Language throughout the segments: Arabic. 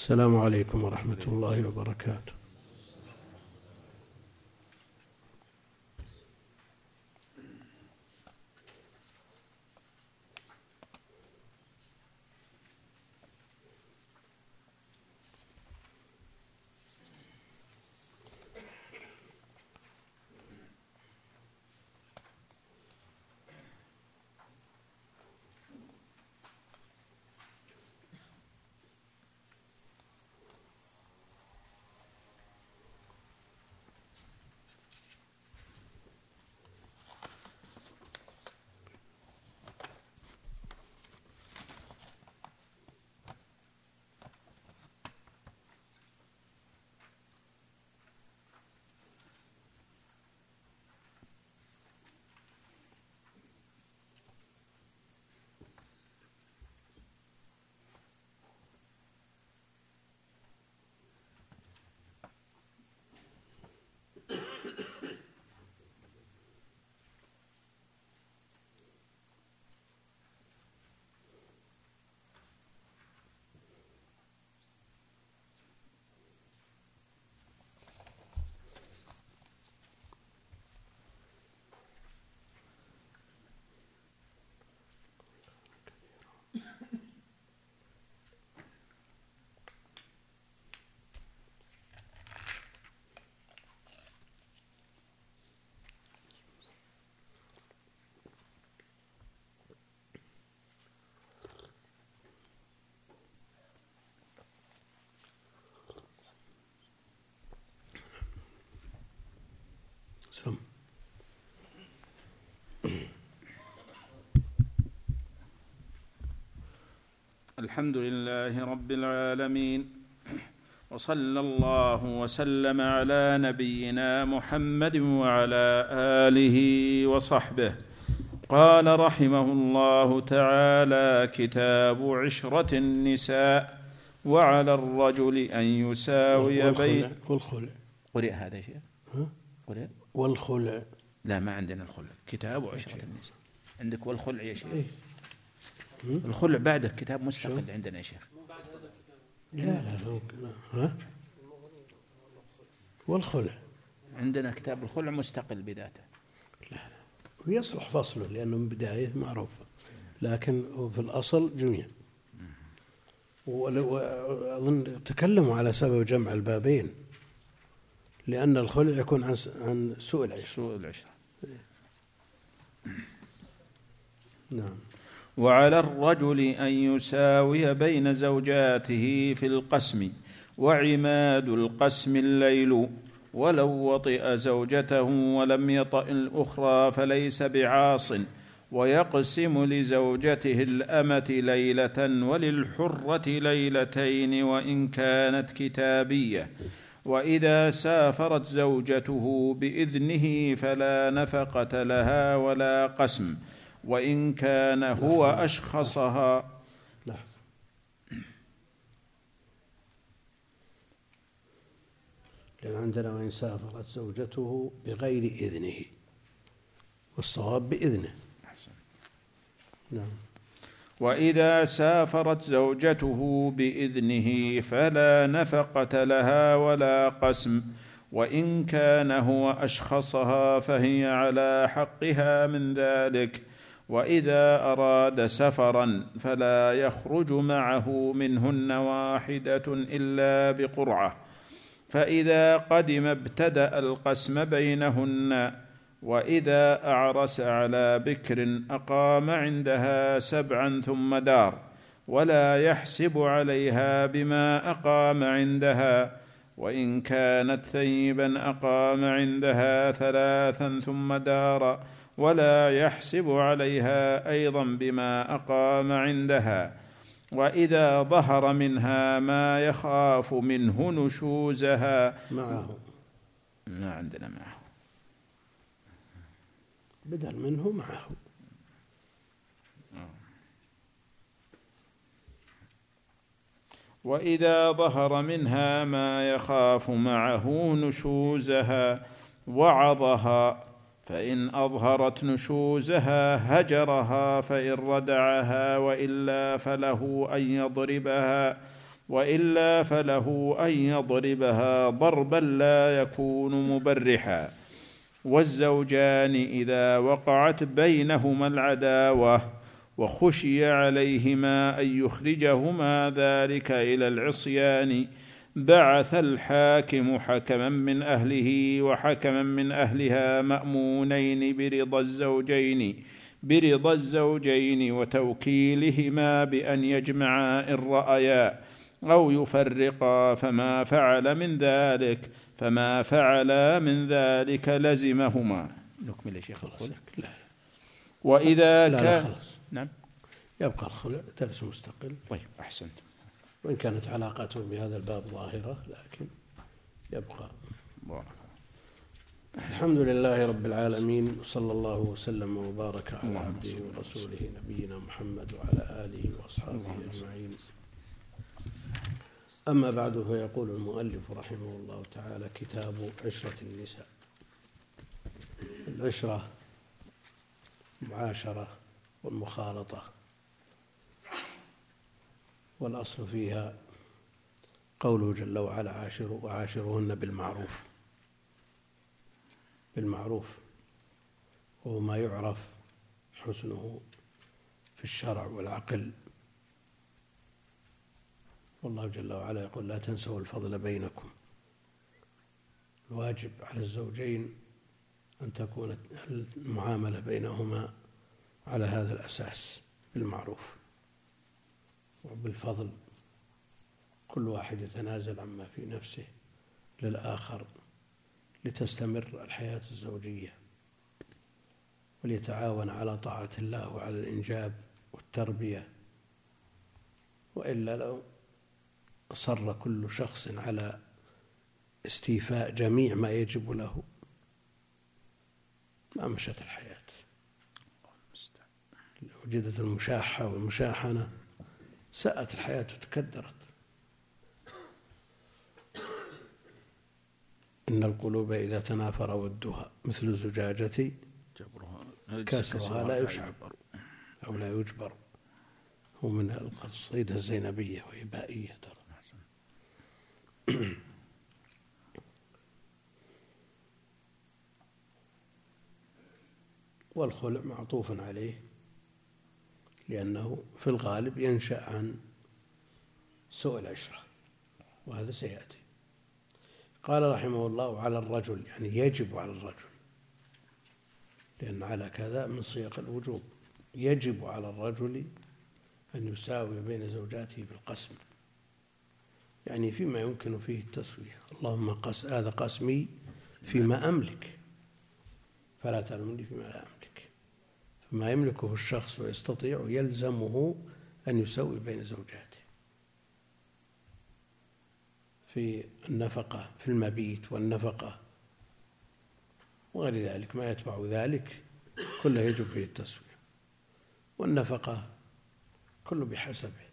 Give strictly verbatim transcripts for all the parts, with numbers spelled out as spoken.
السلام عليكم ورحمة الله وبركاته. سم. الحمد لله رب العالمين، وصلى الله وسلم على نبينا محمد وعلى آله وصحبه. قال رحمه الله تعالى: كتاب عشرة النساء. وعلى الرجل أن يساوي بين والخلع. قرئ هذا شيء؟ قرئ والخلع. لا، ما عندنا الخلع. كتاب عشرة النساء عندك، والخلع يا شيخ؟ الخلع بعده كتاب مستقل عندنا يا شيخ. لا لا لا ها والخلع عندنا كتاب الخلع مستقل بذاته. لا لا ويصلح فصله لأنه من بداية معروفة، لكن في الأصل جميع. وأظن تكلموا على سبب جمع البابين، لأن الخلع يكون عن عن سوء العشرة. سوء العشرة. نعم. وعلى الرجل أن يساوي بين زوجاته في القسم، وعماد القسم الليل، ولو وطئ زوجته ولم يطأ الأخرى فليس بعاص، ويقسم لزوجته الأمة ليلة وللحرة ليلتين وإن كانت كتابية. وإذا سافرت زوجته بإذنه فلا نفقة لها ولا قسم، وإن كان هو أشخصها. لا. لأن عندنا وإن سافرت زوجته بغير إذنه، والصواب بإذنه. أحسن. نعم. وإذا سافرت زوجته بإذنه فلا نفقة لها ولا قسم، وإن كان هو أشخصها فهي على حقها من ذلك. وإذا أراد سفرا فلا يخرج معه منهن واحدة إلا بقرعة، فإذا قدم ابتدأ القسم بينهن. وإذا أعرس على بكر أقام عندها سبعا ثم دار، ولا يحسب عليها بما أقام عندها. وإن كانت ثيبا أقام عندها ثلاثا ثم دار، ولا يحسب عليها أيضا بما أقام عندها. وإذا ظهر منها ما يخاف منه نشوزها معه. ما عندنا معه، بدل منه معه. وإذا ظهر منها ما يخاف معه نشوزها وعظها، فإن أظهرت نشوزها هجرها، فإن ردعها، وإلا فله أن يضربها. وإلا فله أن يضربها ضربا لا يكون مبرحا. والزوجان إذا وقعت بينهما العداوة وخشي عليهما أن يخرجهما ذلك إلى العصيان بعث الحاكم حكما من أهله وحكما من أهلها مأمونين برضا الزوجين برضا الزوجين وتوكيلهما بأن يجمعا إن رأيا أو يفرقا، فما فعل من ذلك فما فعل من ذلك لزمهما. نكمل يا شيخ الخلع. وإذا لا كان لا خلاص. نعم يبقى الخلع درس مستقل. طيب أحسنت. وإن كانت علاقته بهذا الباب ظاهرة لكن يبقى. بارك. الحمد لله رب العالمين، صلى الله وسلم وبارك على عبده ورسوله نبينا محمد وعلى آله وأصحابه أجمعين. أما بعد، فيقول المؤلف رحمه الله تعالى: كتاب عشرة النساء. العشرة معاشرة والمخالطة، والأصل فيها قوله جل وعلا: عاشروا وعاشرهن بالمعروف. بالمعروف وهو ما يعرف حسنه في الشرع والعقل. والله جل وعلا يقول: لا تنسوا الفضل بينكم. الواجب على الزوجين أن تكون المعاملة بينهما على هذا الأساس، بالمعروف وبالفضل، كل واحد يتنازل عما في نفسه للآخر لتستمر الحياة الزوجية، وليتعاون على طاعة الله وعلى الإنجاب والتربية. وإلا لو أصر كل شخص على استيفاء جميع ما يجب له ما مشت الحياة. لو وجدت المشاحة والمشاحنة ساءت الحياة وتكدرت. إن القلوب إذا تنافر ودها مثل الزجاجة كسرها لا يشعب أو لا يجبر. هو من القصيدة الزينبية وهي بائية ترى. والخلع معطوف عليه لأنه في الغالب ينشأ عن سوء العشرة، وهذا سيأتي. قال رحمه الله: على الرجل، يعني يجب على الرجل، لأن على كذا من صيغ الوجوب. يجب على الرجل أن يساوي بين زوجاته بالقسم، يعني فيما يمكن فيه التسوية. اللهم قس هذا قسمي فيما أملك فلا تلمني فيما لا أملك. فما يملكه الشخص ويستطيع يلزمه أن يسوي بين زوجاته في النفقة، في المبيت والنفقة وغير ذلك، ما يتبع ذلك كله يجب فيه التسوية. والنفقة كل بحسبه،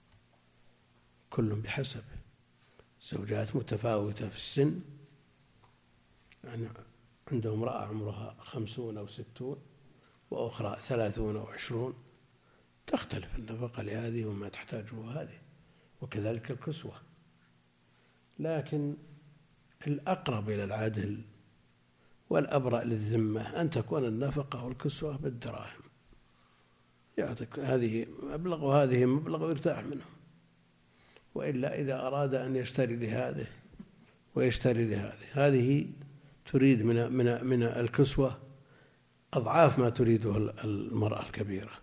كل بحسبه. الزوجات متفاوتة في السن، يعني عندهم امرأة عمرها خمسون أو ستون وأخرى ثلاثون أو عشرون، تختلف النفقة لهذه وما تحتاجه هذه، وكذلك الكسوة. لكن الأقرب إلى العدل والأبرأ للذمة أن تكون النفقة والكسوة بالدراهم، يعطيك هذه مبلغ وهذه مبلغ ويرتاح منهم. وإلا إذا أراد أن يشتري لهذه ويشتري لهذه، هذه تريد من من من الكسوة أضعاف ما تريده المرأة الكبيرة،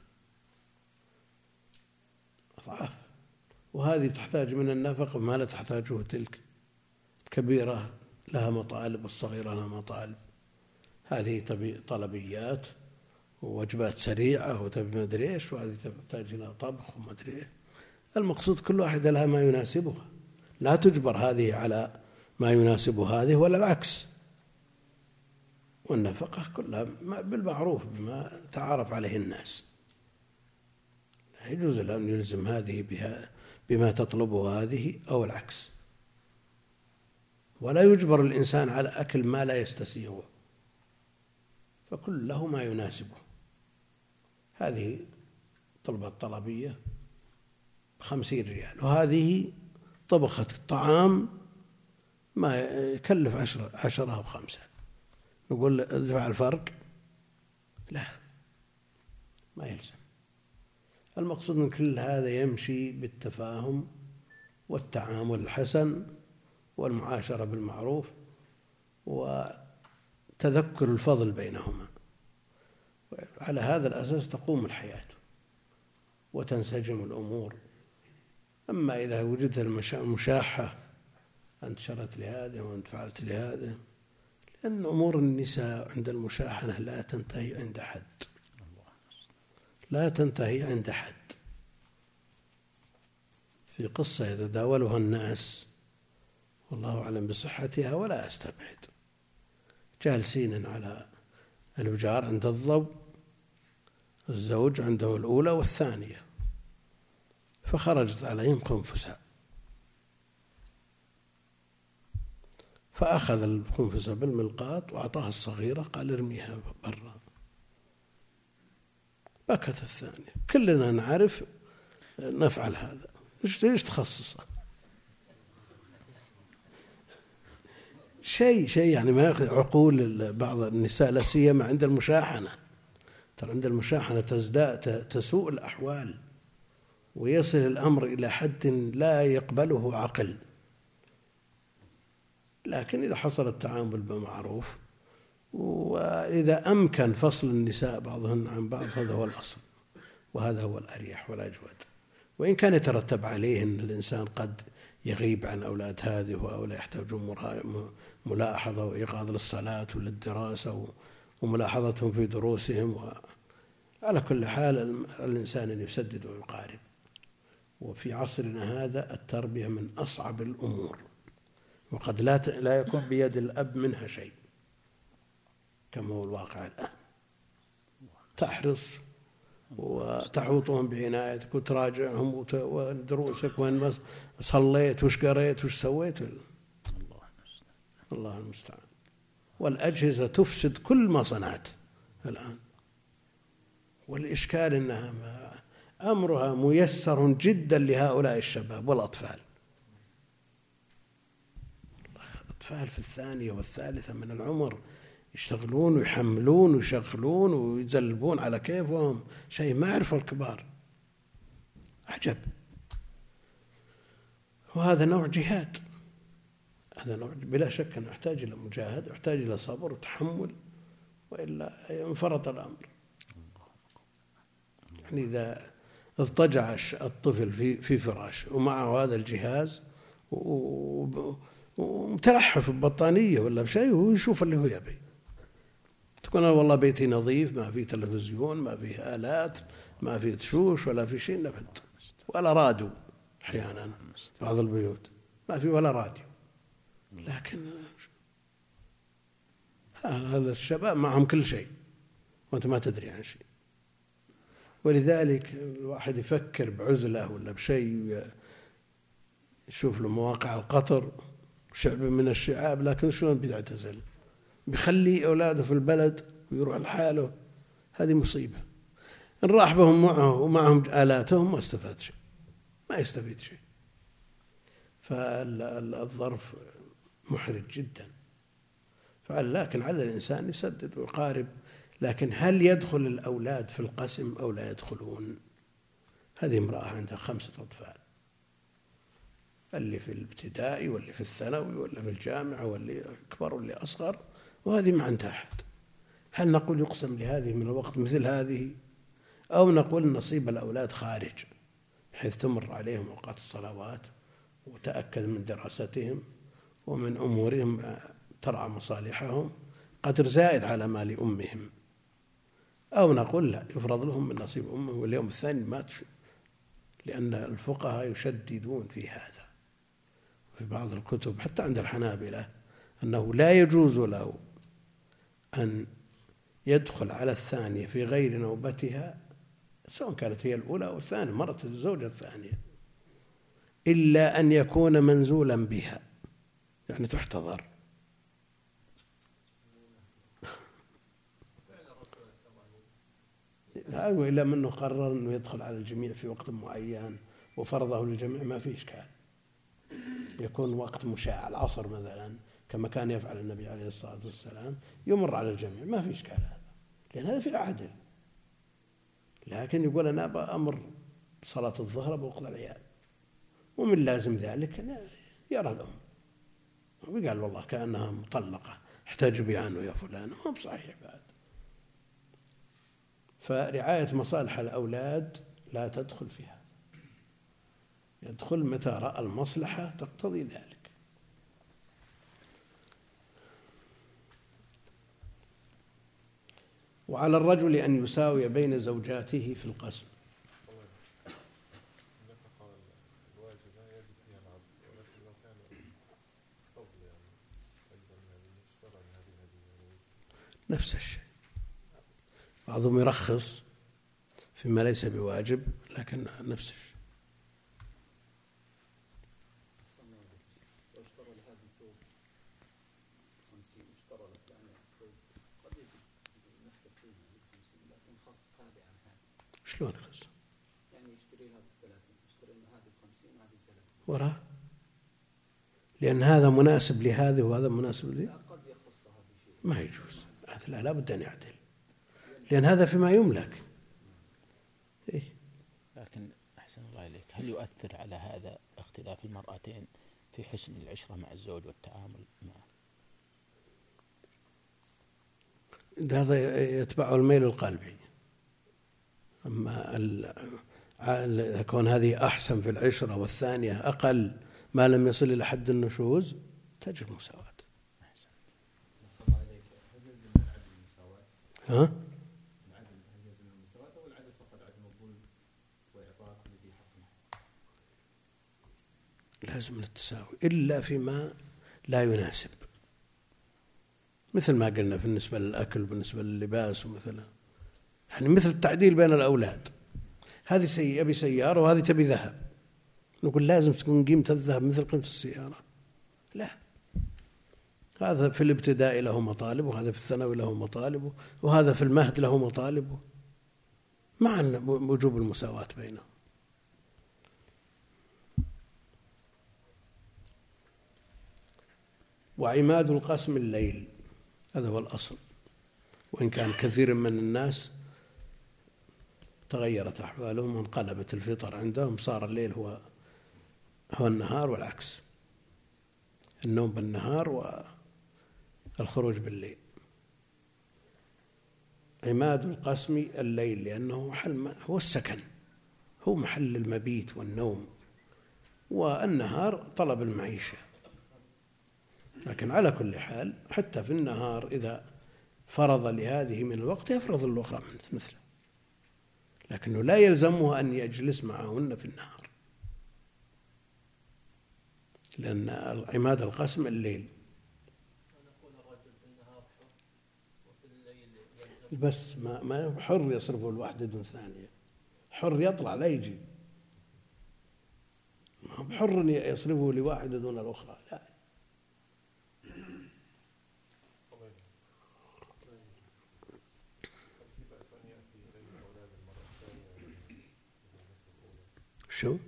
أضعاف. وهذه تحتاج من النفقة ما لا تحتاجه تلك. الكبيرة لها مطالب والصغيرة لها مطالب. هذه طلبيات ووجبات سريعة وتبي مدري إيش، وهذه تحتاج إلى طبخ ومدري إيش. المقصود كل واحدة لها ما يناسبها، لا تجبر هذه على ما يناسب هذه ولا العكس. والنفقة كلها بالمعروف بما تعارف عليه الناس، لا يجوز له أن يلزم هذه بها بما تطلبه هذه أو العكس. ولا يجبر الإنسان على أكل ما لا يستسيغه، فكل له ما يناسبه. هذه طلبة طلبية بخمسين ريال، وهذه طبخت الطعام ما يكلف عشرة, عشرة أو خمسة، نقول ادفع الفرق؟ لا، ما يلزم. المقصود من كل هذا يمشي بالتفاهم والتعامل الحسن والمعاشرة بالمعروف وتذكر الفضل بينهما. على هذا الأساس تقوم الحياة وتنسجم الأمور. أما إذا وجدت المشاحة، أنت شرت لهذا وأنت فعلت لهذا، لأن أمور النساء عند المشاحنة لا تنتهي عند حد، لا تنتهي عند حد. في قصة يتداولها الناس والله أعلم بصحتها ولا أستبعد، جالسين على الوجار عند الضب، الزوج عنده الأولى والثانية، فخرجت عليهم خنفسة، فأخذ الخنفسة بالملقاط وأعطاها الصغيرة قال ارميها برا. بكت الثانية. كلنا نعرف نفعل هذا، ايش تخصصه؟ شيء شيء يعني ما يأخذ عقول بعض النساء، لا سيما عند المشاحنة. ترى عند المشاحنة تزداد تسوء الأحوال ويصل الأمر إلى حد لا يقبله عقل. لكن إذا حصل التعامل بالمعروف وإذا أمكن فصل النساء بعضهن عن بعض، هذا هو الأصل وهذا هو الأريح والأجود. وإن كان يترتب عليه أن الإنسان قد يغيب عن أولاد هذه وأولاد يحتاجون ملاحظة وإيقاظ للصلاة وللدراسة وملاحظتهم في دروسهم. على كل حال الإنسان أن يسدد ويقارب. وفي عصرنا هذا التربية من أصعب الأمور، وقد لا لا يكون بيد الأب منها شيء كما هو الواقع الآن. تحرص وتحوطهم بعنايتك وتراجعهم ودروسك، وين صليت وش قريت وش سويت. الله المستعان. والأجهزة تفسد كل ما صنعت الآن، والإشكال أنها أمرها ميسر جدا لهؤلاء الشباب والأطفال. الأطفال في الثانية والثالثة من العمر يشتغلون ويحملون ويشغلون ويزلبون على كيفهم، شيء ما يعرفه الكبار. عجب. وهذا نوع جهاد، هذا نوع بلا شك أنه يحتاج إلى مجاهدة ويحتاج إلى صبر وتحمل، وإلا انفرط الأمر. يعني إذا اضطجع الطفل في في فراش ومعه هذا الجهاز ومتلحف ببطانية ولا بشيء ويشوف اللي هو يبي، تكون والله بيتي نظيف، ما في تلفزيون، ما في آلات، ما في تشوش ولا في شيء نفد، ولا راديو. أحيانا بعض البيوت ما في ولا راديو، لكن هذا الشباب معهم كل شيء وأنت ما تدري عن شيء. ولذلك الواحد يفكر بعزلة ولا بشيء، يشوف له مواقع القطر شعب من الشعاب، لكن شلون بيعتزل؟ بيخلي أولاده في البلد ويروح لحاله. هذه مصيبة. إن راح بهم معه ومعهم آلاتهم ما استفاد شيء، ما يستفيد شيء. فالظرف محرج جدا. لكن على الإنسان يسدد ويقارب. لكن هل يدخل الأولاد في القسم أو لا يدخلون؟ هذه امرأة عندها خمسة أطفال، اللي في الابتدائي واللي في الثانوي واللي في الجامعة واللي أكبر واللي أصغر، وهذه ما عندها أحد. هل نقول يقسم لهذه من الوقت مثل هذه، أو نقول نصيب الأولاد خارج بحيث تمر عليهم أوقات الصلوات وتأكد من دراستهم ومن أمورهم ترعى مصالحهم قدر زائد على مال أمهم، أو نقول لا يفرض لهم من نصيب أمهم واليوم الثاني مات. لأن الفقهاء يشددون في هذا في بعض الكتب حتى عند الحنابلة أنه لا يجوز له أن يدخل على الثانية في غير نوبتها، سواء كانت هي الأولى أو الثانية، مرت الزوجة الثانية، إلا أن يكون منزولا بها، يعني تحتضر. إلا منه قرر أنه يدخل على الجميع في وقت معين وفرضه للجميع ما في إشكال، يكون وقت مشاع العصر مثلا كما كان يفعل النبي عليه الصلاة والسلام يمر على الجميع، ما في إشكال هذا، لأن هذا في عدل. لكن يقول أنا بأمر بصلاة الظهر بوقضى العيال، ومن لازم ذلك أن يرى الأم وقال والله كأنها مطلقة احتجبي عنه يا فلان، ما بصحيح بعد. فرعاية مصالح الأولاد لا تدخل فيها، يدخل متى رأى المصلحة تقتضي ذلك. وعلى الرجل أن يساوي بين زوجاته في القسم. نفس الشيء، بعضهم يرخص فيما ليس بواجب، لكن نفس الشيء. شلون يخص؟ يعني يشتريها بثلاثين، يشتري هذه بخمسين وهذه بثلاثين وراه، لأن هذا مناسب لهذه وهذا مناسب لي، قد يخصها بشيء ما يجوز. لا، لا بد أن يعدل، لأن هذا فيما يملك. إيه؟ لكن أحسن الله إليك، هل يؤثر على هذا اختلاف المرأتين في حسن العشرة مع الزوج والتعامل معه؟ هذا يتبعه الميل القلبي. أما كون هذه أحسن في العشرة والثانية أقل ما لم يصل إلى حد النشوز تجد مساواة. ها؟ لازم التساوي إلا فيما لا يناسب، مثل ما قلنا بالنسبة للأكل بالنسبة لللباس ومثلا، يعني مثل التعديل بين الأولاد، هذه يبي سيارة وهذه تبي ذهب، نقول لازم تكون قيمة الذهب مثل قيمة السيارة؟ لا، هذا في الابتدائي له مطالب، وهذا في الثانوي له مطالب، وهذا في المهد له مطالب، مع وجوب المساواة بينهم. وعماد القسم الليل، هذا هو الأصل، وإن كان كثير من الناس تغيرت أحوالهم وانقلبت الفطر عندهم، صار الليل هو هو النهار والعكس، النوم بالنهار والخروج بالليل. عماد القسم الليل لأنه محل هو السكن، هو محل المبيت والنوم، والنهار طلب المعيشة. لكن على كل حال حتى في النهار إذا فرض لهذه من الوقت يفرض الأخرى مثله، لكنه لا يلزمه أن يجلس معهن في النهار، لأن عماد القسم الليل. بس ما ما حر يصرفه الواحدة دون ثانية، حر يطلع لا يجي، ما هو حر يصرفه لواحدة دون الأخرى، لا. شو؟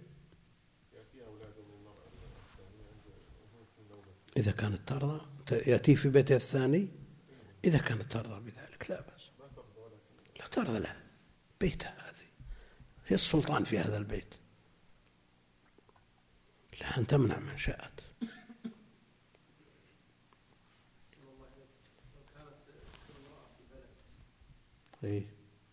إذا كانت ترضى يأتي في بيتها الثاني، إذا كانت ترضى بذلك لا بأس. لا ترضى له، بيتها هذه، هي السلطان في هذا البيت، لا أن تمنع من شاءت. إيه؟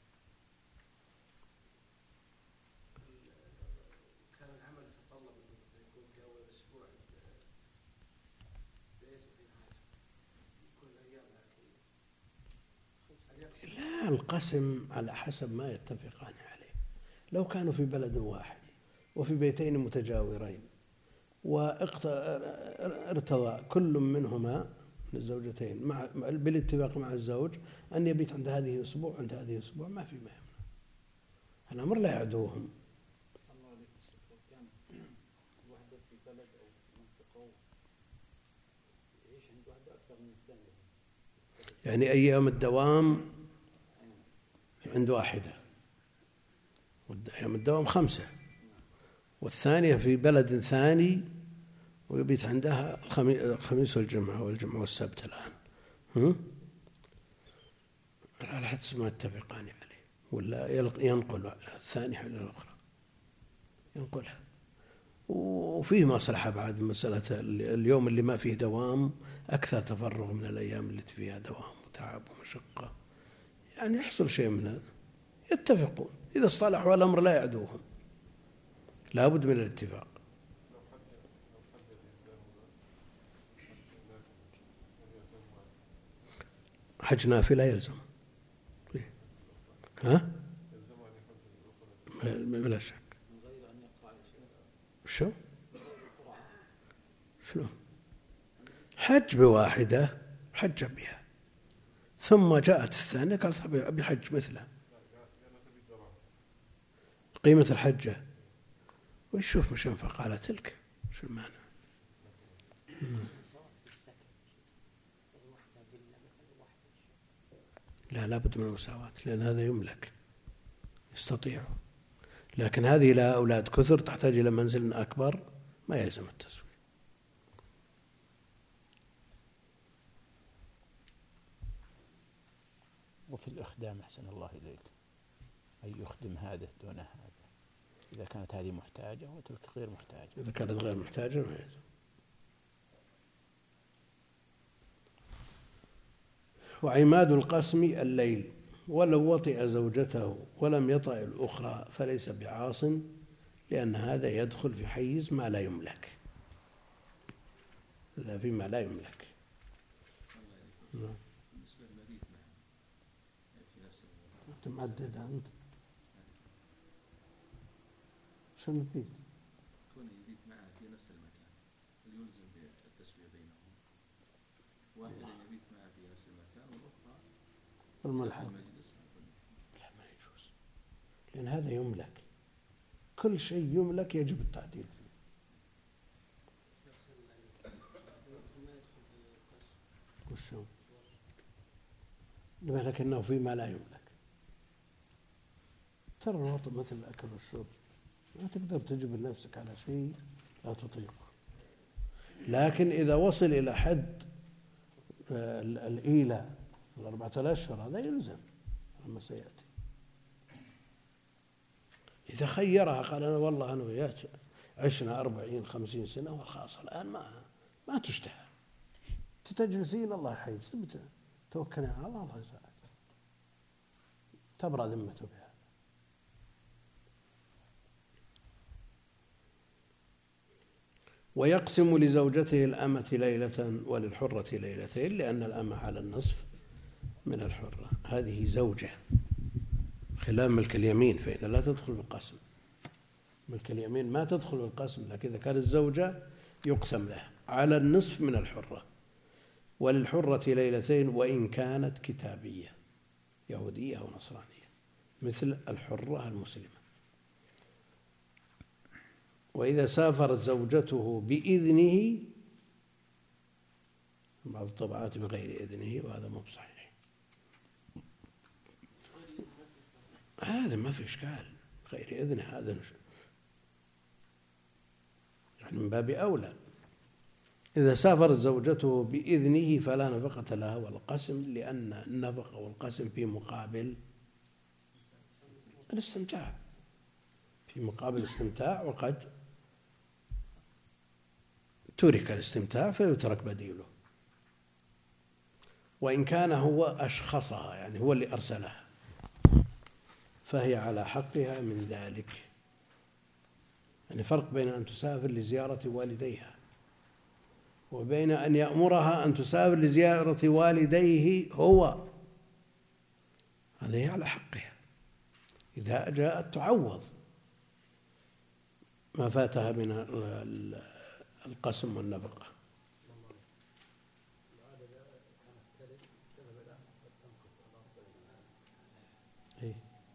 لا، القسم على حسب ما يتفقان عليه. لو كانوا في بلد واحد وفي بيتين متجاورين وارتضى كل منهما من الزوجتين مع بالاتفاق مع الزوج أن يبيت عند هذه أسبوع عند هذه أسبوع، ما في ما يمنع، الأمر لا يعدوهم. يعني أيام الدوام عند واحدة، أيام الدوام خمسة، والثانية في بلد ثاني ويبيت عندها الخميس والجمعة والجمعة والسبت الآن، على حسب ما اتفقان عليه، ولا ينقل الثاني إلى الأخرى ينقلها. وفيه مصلحة بعد مسألة اليوم اللي ما فيه دوام أكثر تفرغ من الأيام التي فيها دوام وتعب ومشقة، يعني يحصل شيء من هذا. يتفقون إذا اصطلحوا الأمر لا يعدوهم، لا بد من الاتفاق. حج نافلة يلزم، ها؟ بلا شك. شو؟ شو؟ حج بواحدة حج بها، ثم جاءت الثانية قالت أبي حج مثله. قيمة الحجة ويشوف مش ينفق على تلك، شو المعنى؟ لا لابد من المساواة، لأن هذا يملك يستطيع، لكن هذه لا أولاد كثر تحتاج إلى منزل أكبر ما يلزم التسوية. وفي الإخدام أحسن الله إليك أن يخدم هذا دون هذا إذا كانت هذه محتاجة وتلك غير محتاجة. إذا كانت غير محتاجة ما يلزم. وعماد القسم الليل، ولو وطئ زوجته ولم يطأ الأخرى فليس بعاص، لأن هذا يدخل في حيز ما لا يملك، هذا فيما لا يملك. بالنسبة للمبيت معه في نفس أنت معدد أنت شو المبيت؟ كونه يبيت معه في نفس المكان هل يلزم بالتسوية بينهم؟ واحد يبيت معه في نفس المكان والأخرى الملحق. المجلس لا ما يجوز، لأن هذا يملك، كل شيء يملك يجب التعديل فيه. وشو؟ لكنه فيما لا يملك. ترى الوطن مثل الأكل والشرب، ما تقدر تجبر نفسك على شيء لا تطيقه، لكن إذا وصل إلى حد الإيلة الأربعة الأشهر هذا يلزم لما سيأتي. إذا خيرها قال أنا والله أنا وياك عشنا أربعين خمسين سنة والخاصة الآن ما ما تشتهى، تتجلسين الله يحييك توكلي على الله الله يساعدك، تبرأ ذمته بها. ويقسم لزوجته الأمة ليلة وللحرة ليلتين، لأن الأمة على النصف من الحرة. هذه زوجة خلاف ملك اليمين فإن لا تدخل بالقسم، ملك اليمين ما تدخل بالقسم، لكن إذا كانت الزوجة يقسم لها على النصف من الحرة. وللحرة ليلتين وإن كانت كتابية يهودية أو نصرانية، مثل الحرة المسلمة. وإذا سافرت زوجته بإذنه، بعض الطبعات بغير إذنه وهذا مو بصحيح، هذا ما في إشكال، غير إذنه هذا يعني من باب أولى. إذا سافرت زوجته بإذنه فلا نفقة لها والقسم، لأن النفقة والقسم في مقابل الاستمتاع، في مقابل الاستمتاع، وقد ترك الاستمتاع فيترك بديله. وإن كان هو أشخصها يعني هو اللي أرسلها فهي على حقها من ذلك. يعني فرق بين أن تسافر لزيارة والديها وبين أن يأمرها أن تسافر لزيارة والديه هو، هذه على حقها، إذا جاءت تعوض ما فاتها من القسم والنفقة. إيه؟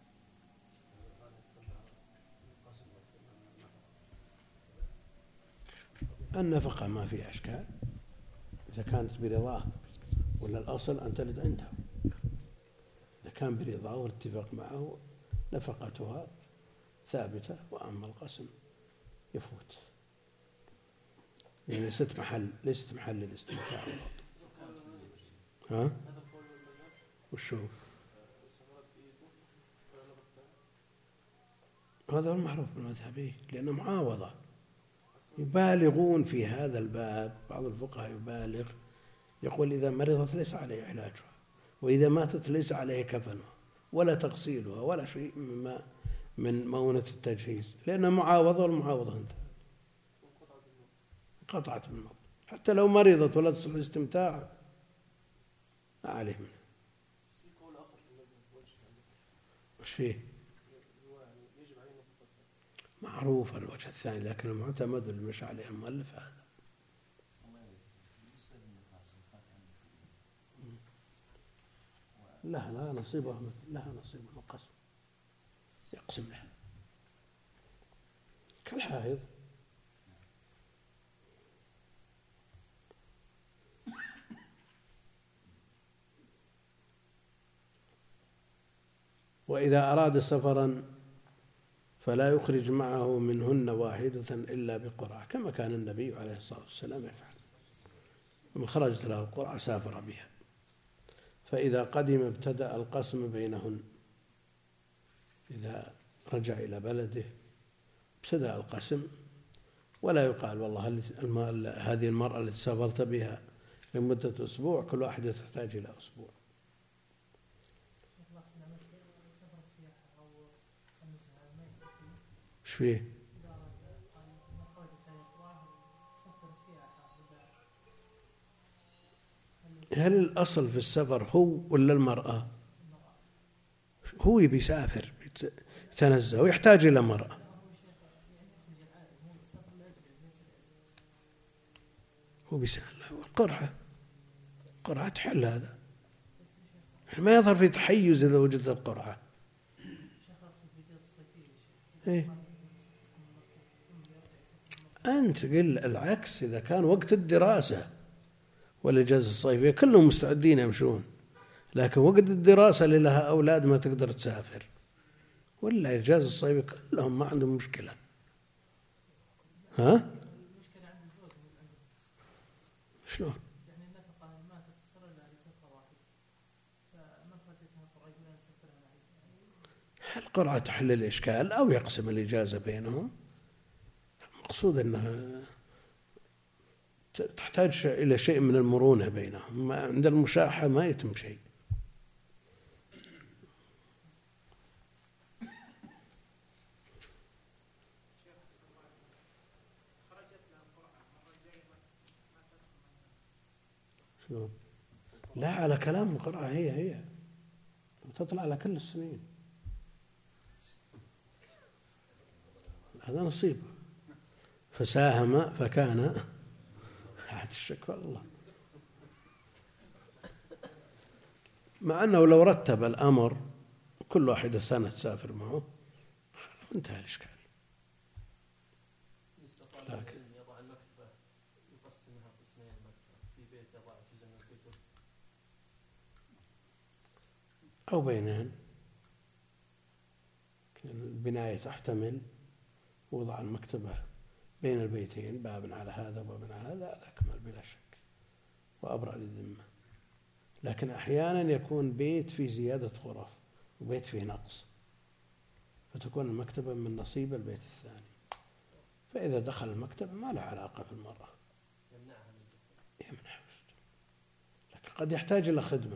النفقة ما فيها أشكال إذا كانت برضاه، ولا الأصل أن تلد عنده. إذا كان برضاه والاتفاق معه نفقتها ثابتة، وأما القسم يفوت. يعني ليست محل ليست محل الاستمتاع. ها؟ وشو؟ هذا هو المعروف بالمذهبي، لأنه معاوضة. يبالغون في هذا الباب، بعض الفقهاء يبالغ، يقول إذا مرضت ليس عليه علاجها، وإذا ماتت ليس عليه كفنها ولا تغسيلها ولا شيء مما من مؤونة التجهيز، لأنها معاوضة، والمعاوضة انتهت، قطعت من الموت. حتى لو مرضت ولا تصل الاستمتاع ما عليه منه. وش فيه؟ معروف الوجه الثاني، لكن المعتمد اللي مشى عليه المؤلف هذا. لها لا نصيبها، لها نصيب من القسم، يقسم لها كالحائض. وإذا أراد سفرا فلا يخرج معه منهن واحدة إلا بقرعة، كما كان النبي عليه الصلاة والسلام يفعل، لما خرجت له القرعة سافر بها. فإذا قدم ابتدأ القسم بينهن، إذا رجع إلى بلده ابتدأ القسم، ولا يقال والله هذه المرأة التي سافرت بها لمدة أسبوع كل واحدة تحتاج إلى أسبوع. ايش فيه؟ هل الأصل في السفر هو ولا المرأة؟ هو يبي يسافر يتنزه ويحتاج إلى مرأة. هو بيسأل القرعة، القرعة تحل هذا، ما يظهر في تحيز إذا وجدت القرعة. إيه؟ أنت قل العكس، إذا كان وقت الدراسة والإجازة الصيفية كلهم مستعدين يمشون، لكن وقت الدراسة اللي لها أولاد ما تقدر تسافر، ولا إجازة الصيفية كلهم ما عندهم مشكلة. ها؟ شلون؟ القرعة تحل الإشكال أو يقسم الإجازة بينهم. المقصود أنها تحتاج إلى شيء من المرونة بينهم، عند المشاحة ما يتم شيء. لا، على كلام القرعة هي هي تطلع على كل السنين، هذا نصيب. فساهم فكان أحد الشك والله، مع أنه لو رتب الأمر كل واحدة سنة تسافر معه انتهى الإشكال. لكن يضع المكتبة يقسمها قسمين، المكتبة في بيت يضع جزء من الكتب أو بينهن، البناية تحتمل وضع المكتبة بين البيتين، باب على هذا وباب على هذا، هذا أكمل بلا شك وأبرأ للذمة. لكن أحيانا يكون بيت فيه زيادة غرف وبيت فيه نقص، فتكون المكتبة من نصيب البيت الثاني، فإذا دخل المكتبة ما له علاقة في المرأة، يمنعها، لكن قد يحتاج إلى خدمة.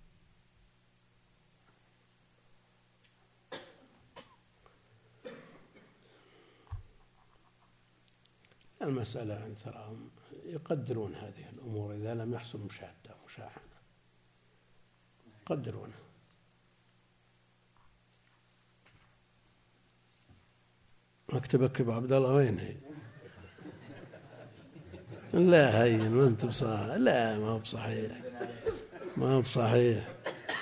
المسألة يعني تراهم يقدرون هذه الأمور إذا لم يحصل مشادة مشاحنة يقدرونها. مكتبك أبو عبد الله وين هي؟ لا هي ما أنت بصحيح، لا ما هو بصحيح، ما هو بصحيح،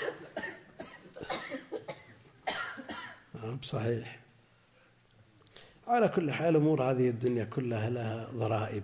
ما هو بصحيح. على كل حال أمور هذه الدنيا كلها لها ضرائب،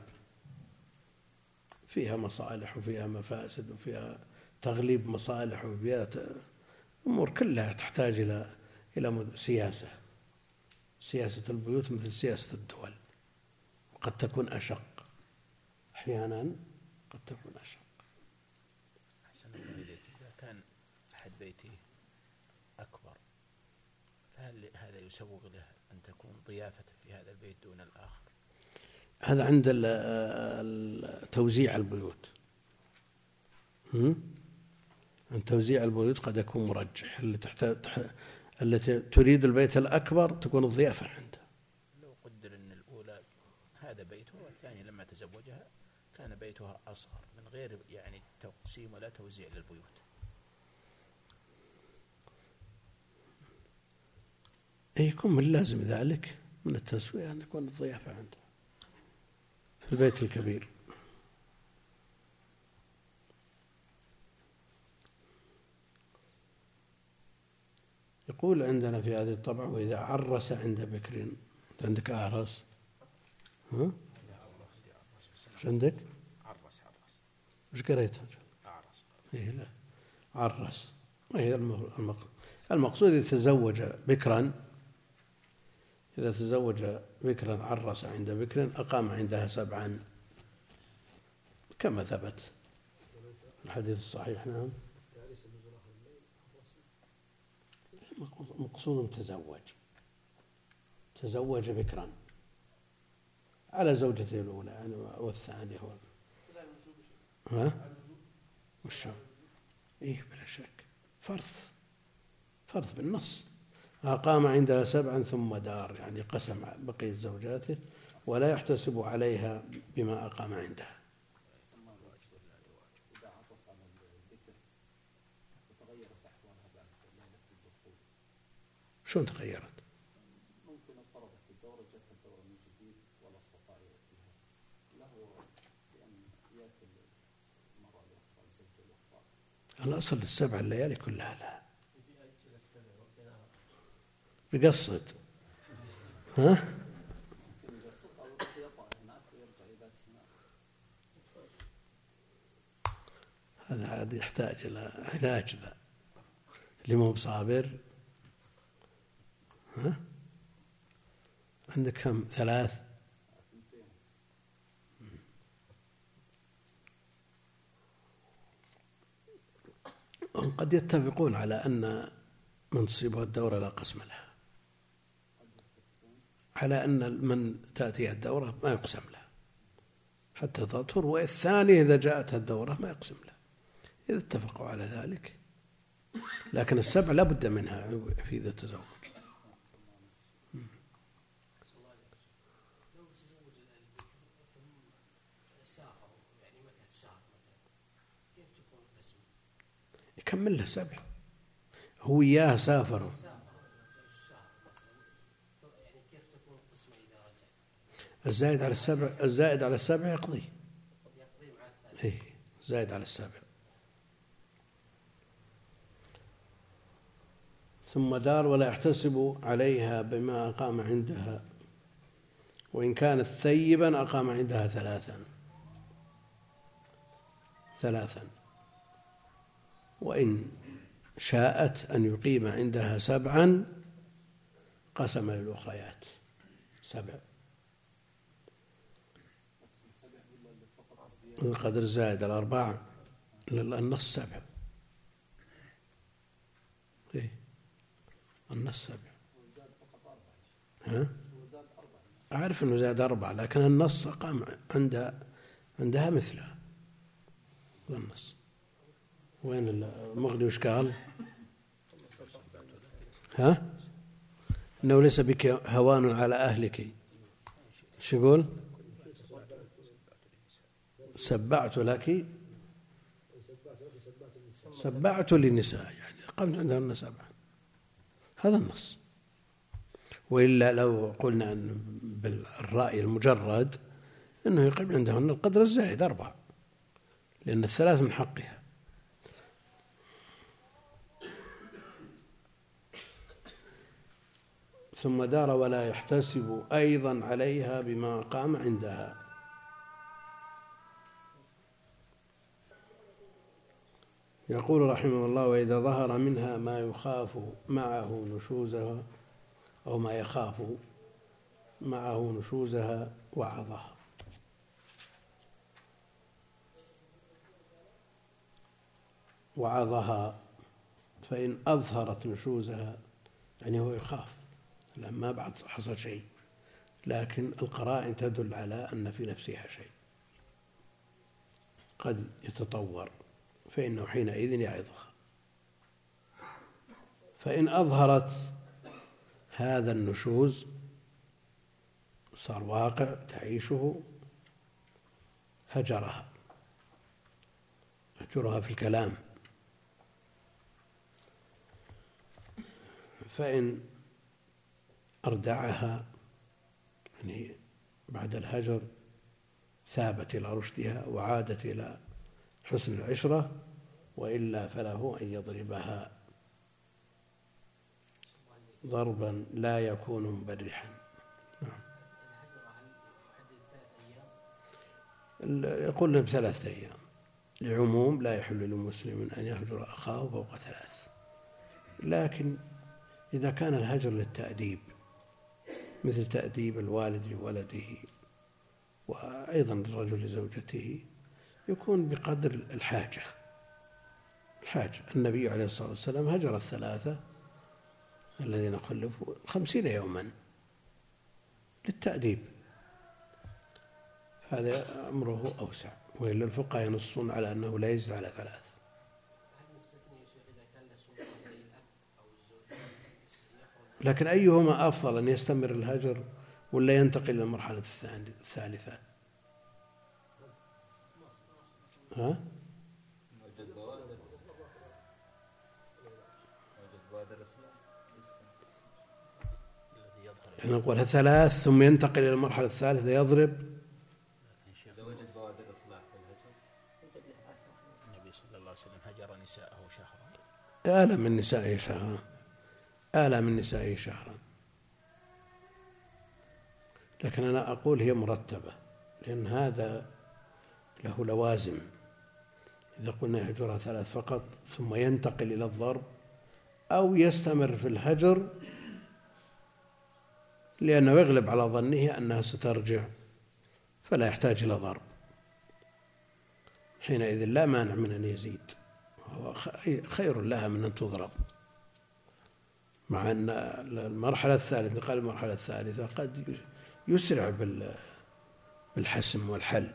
فيها مصالح وفيها مفاسد وفيها تغليب مصالح وفيها أمور كلها تحتاج إلى إلى سياسة. سياسة البيوت مثل سياسة الدول، وقد تكون أشق أحيانا قد تكون أشق. أحسن الله إليك. إذا كان أحد بيته أكبر فهل هذا يسوغ له أن تكون ضيافة في هذا البيت دون الآخر؟ هذا عند توزيع البيوت. عند توزيع البيوت قد يكون مرجح. اللي تحتاج التي تريد البيت الأكبر تكون الضيافة عنده. لو قدر أن الأولى هذا بيتها والثاني لما تزوجها كان بيتها أصغر من غير يعني تقسيم ولا توزيع للبيوت. يكون من لازم ذلك من التسوية أن يكون الضيافة عنده في البيت الكبير. يقول عندنا في هذه الطبعة: وإذا عرس عند بكر. عندك أعرس؟ ها؟ ايش عندك؟ عرس عرس. ايش قريتها؟ أعرس. إيه لا عرس. وهي المقصود إذا تزوج بكرا، إذا تزوج بكرا عرس عند بكر أقام عندها سبعا كما ثبت الحديث الصحيح. نعم. مقصود تزوج تزوج بكرا على زوجته الأولى يعني والثانية هو ها وش إيه بلا شك فرث فرث بالنص. أقام عندها سبعا ثم دار، يعني قسم بقية زوجاته ولا يحتسب عليها بما أقام عندها. شلون تغيرت؟ ممكن اضطربت الدورة، جت الدورة من جديد ولا استطاع يأتيها له بأن يأتي المرة الأخرى الزوجة الأخرى. الأصل السبع الليالي كلها لها بقصد ها؟ هذا عاد يحتاج إلى علاج ذا اللي مو بصابر. ها؟ عندك كم؟ ثلاث؟ هم قد يتفقون على أن من تصيبه الدورة لا قسم لها، على أن من تأتيها الدورة ما يقسم لها حتى تطهر، والثاني إذا جاءتها الدورة ما يقسم لها، إذا اتفقوا على ذلك. لكن السبع لا بد منها في ذا التزوج. يكمل له سبع، هو إياه سافروا. الزائد على السبع الزائد على السبع يقضي. إيه زائد على السبع. ثم دار ولا يحتسب عليها بما أقام عندها، وإن كانت ثيبا أقام عندها ثلاثا ثلاثا وإن شاءت أن يقيم عندها سبعا قسم للأخريات سبع. القدر الزائد على أربعة النص سبع. إيه النص سبع. ها؟ أعرف أنه زاد أربعة لكن النص قام عندها عندها مثلها. النص وين المغني وش قال؟ ها؟ إنه ليس بك هوان على أهلك. شو يقول؟ سبعت لك سبعت للنساء، يعني قمت عندهن سبعا. هذا النص. وإلا لو قلنا أن بالرأي المجرد أنه يقيم عندهن القدر الزائد أربعة، لأن الثلاث من حقها. ثم دار ولا يحتسب أيضا عليها بما قام عندها. يقول رحمه الله: وإذا ظهر منها ما يخاف معه نشوزها أو ما يخاف معه نشوزها وعظها. وعظها، فإن أظهرت نشوزها يعني هو يخاف لما بعد حصل شيء، لكن القرائن تدل على أن في نفسها شيء قد يتطور، فإنه حينئذ يعظها. فإن أظهرت هذا النشوز صار واقع تعيشه هجرها، هجرها في الكلام. فإن أردعها يعني بعد الهجر ثابت إلى رشدها وعادت إلى حسن العشرة، وإلا فله أن يضربها ضربا لا يكون مبرحا. يقول لهم ثلاثة أيام لعموم لا يحل للمسلم أن يهجر أخاه فوق ثلاث، لكن إذا كان الهجر للتأديب مثل تأديب الوالد لولده وأيضا الرجل لزوجته يكون بقدر الحاجة. الحاجة النبي عليه الصلاة والسلام هجر الثلاثة الذين خلفوا خمسين يوما للتأديب، هذا أمره أوسع، وإلا الفقهاء ينصون على أنه لا يزيد على ثلاث. لكن أيهما أفضل، أن يستمر الهجر ولا ينتقل إلى المرحلة الثالثة؟ ها؟ يعني نقول ثلاث ثم ينتقل إلى المرحلة الثالثة يضرب. النبي صلى الله عليه وسلم هجر نساءه شهرا، آلى من نسائه شهرا، آلى من نسائه شهرا. لكن أنا أقول هي مرتبة، لأن هذا له لوازم. إذا قلنا يهجرها ثلاث فقط ثم ينتقل إلى الضرب، أو يستمر في الهجر لأنه يغلب على ظنه أنها سترجع فلا يحتاج إلى ضرب، حينئذ لا مانع من أن يزيد، وهو خير لها من أن تضرب، مع أن المرحلة الثالثة قال المرحلة الثالثة قد يسرع بالحسم والحل،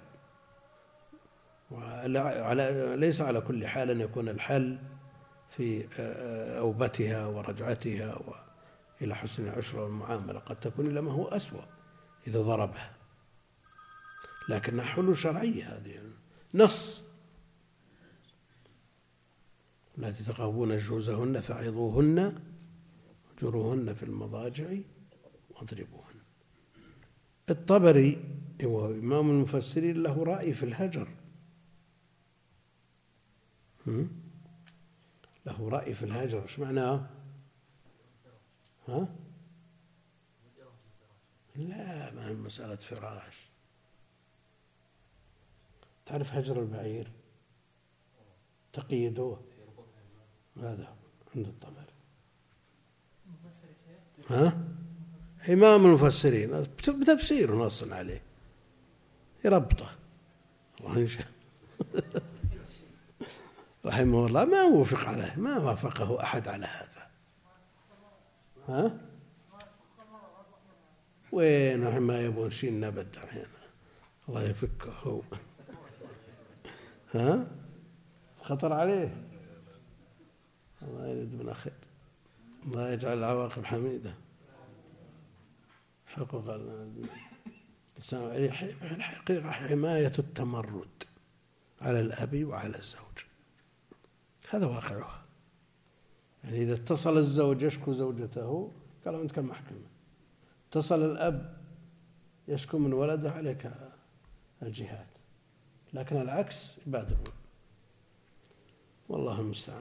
وليس على كل حال أن يكون الحل في أوبتها ورجعتها إلى حسن العشرة والمعاملة، قد تكون إلى ما هو أسوأ إذا ضربها، لكنها حلول شرعية. هذه نص لا تتقربون جوزهن فعظوهن واهجروهن في المضاجع واضربوهن. الطبري هو إمام المفسرين له رأي في الهجر، له رأي في الهجر. ايش معناه؟ ها؟ لا، ما هي مسألة فراش. تعرف هجر البعير تقيدوه، هذا عند الطبري. ها؟ إمام المفسرين بتفسير نص عليه يربطه رحمه الله، ما وافق عليه، ما وافقه أحد على هذا. ها؟ وين ما يبون شيء نبت الحين، الله يفكه هو. ها؟ خطر عليه، الله يريد من خير، الله يجعل العواقب حميدة. حقوق الحقيقة حماية التمرد على الأب وعلى الزوج، هذا واقعها. يعني إذا اتصل الزوج يشكو زوجته قال عندك المحكمة، اتصل الأب يشكو من ولده عليك الجهاد، لكن العكس يبادرون، والله المستعان.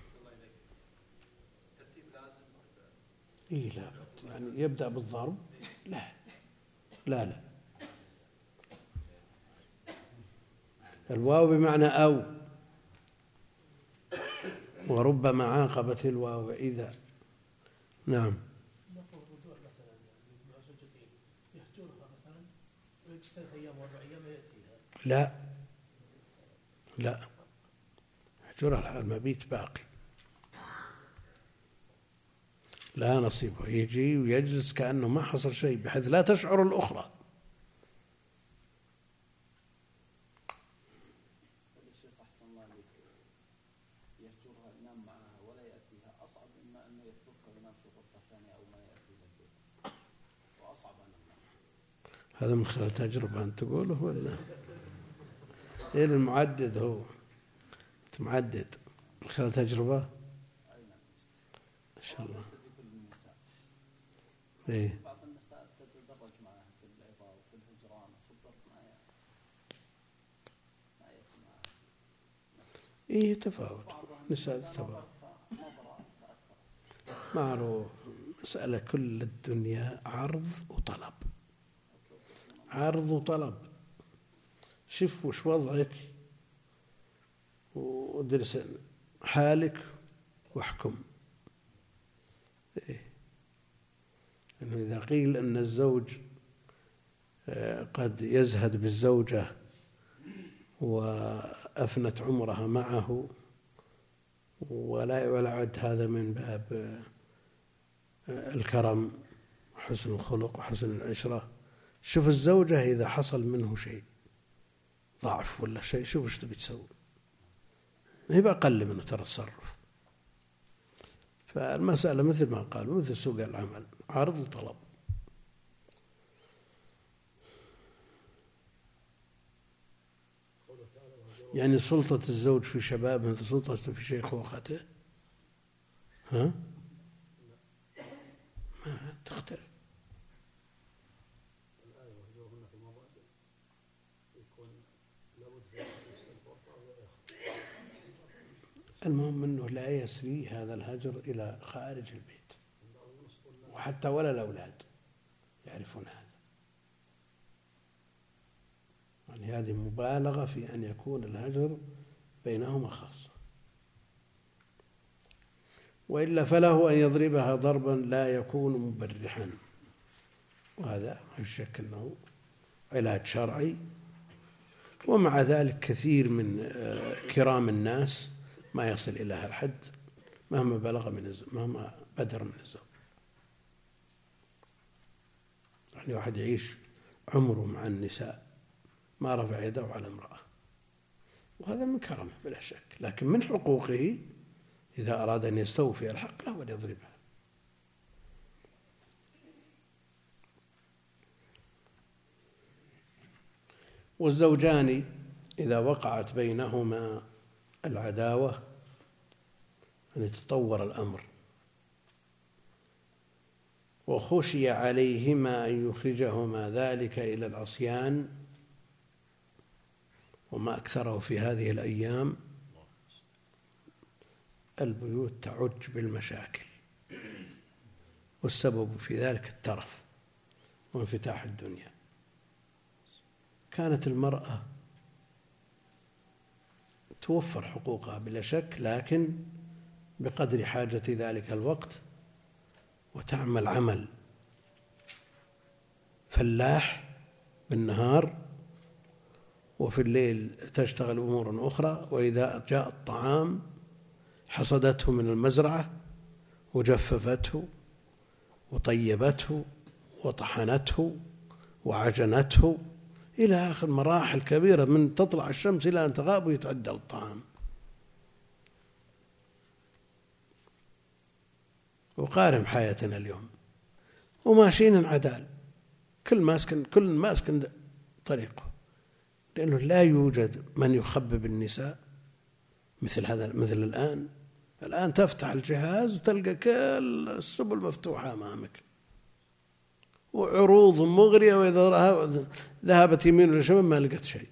إيه لا بد، يعني يبدأ بالضرب؟ لا لا لا، الواو بمعنى أو، وربما عاقبت الواو إذا. نعم. لا لا، يهجرها، المبيت باقي لا نصيبه، يجي ويجلس كأنه ما حصل شيء بحيث لا تشعر الأخرى. الشيخ أحسن الله عليك، يهجرها ينام معها ولا يأتيها، أصعب إما أنه يتركها وينام في غرفة ثانية أو ما يأتي إلى البيت، وأصعب أن هذا من خلال تجربة أنت تقوله ولا إيه؟ المعدد هو معدد من خلال تجربة إن شاء الله. إيه بعض النساء تتدرج معها في العظام وفي الهجران وفي الضرب ما ما يأتي معها. إيه تفاوت نساء تفاوت معروف. مسألة كل الدنيا عرض وطلب، عرض وطلب. شوف وش وضعك ودرس حالك واحكم. إيه؟ إنه إذا قيل أن الزوج قد يزهد بالزوجة وأفنت عمرها معه ولا يعد هذا من باب الكرم وحسن الخلق وحسن العشرة، شوف الزوجة إذا حصل منه شيء ضعف ولا شيء، شوف ايش تبي تسوي، ما هي بأقل منه ترى التصرف. فالمسألة مثل ما قالوا مثل سوق العمل، عرض وطلب. يعني سلطة الزوج في شباب مثل سلطته في شيخوخته، ها؟ ما تختلف. المهم أنه لا يسري هذا الهجر إلى خارج البيت، وحتى ولا الأولاد يعرفون هذا. يعني هذه مبالغة في أن يكون الهجر بينهما خاصة، وإلا فله أن يضربها ضربا لا يكون مبرحا، وهذا لا شك أنه علاج شرعي. ومع ذلك كثير من كرام الناس ما يصل إلى هذا الحد مهما بلغ من الزوج، مهما بدر من الزوج. يعني واحد يعيش عمره مع النساء ما رفع يده على امرأة، وهذا من كرمه بلا شك، لكن من حقوقه إذا أراد أن يستوفي الحق له أن يضربها. والزوجان إذا وقعت بينهما العداوة أن يتطور الأمر وخشي عليهما أن يخرجهما ذلك إلى العصيان، وما أكثره في هذه الأيام البيوت تعج بالمشاكل، والسبب في ذلك الترف وانفتاح الدنيا. كانت المرأة توفر حقوقها بلا شك، لكن بقدر حاجة ذلك الوقت، وتعمل عمل فلاح بالنهار، وفي الليل تشتغل أمور أخرى. وإذا جاء الطعام حصدته من المزرعة وجففته وطيبته وطحنته وعجنته إلى آخر مراحل كبيرة، من تطلع الشمس إلى أن تغاب ويتعدى الطعام. وقارن حياتنا اليوم وماشيين عدال، كل ماسكن كل ماسكن طريقه، لأنه لا يوجد من يخبب النساء مثل هذا مثل الآن. الآن تفتح الجهاز وتلقى كل السبل مفتوحة أمامك وعروض مغرية، وإذا ذهبت يمين ولا شمال ما لقت شيء،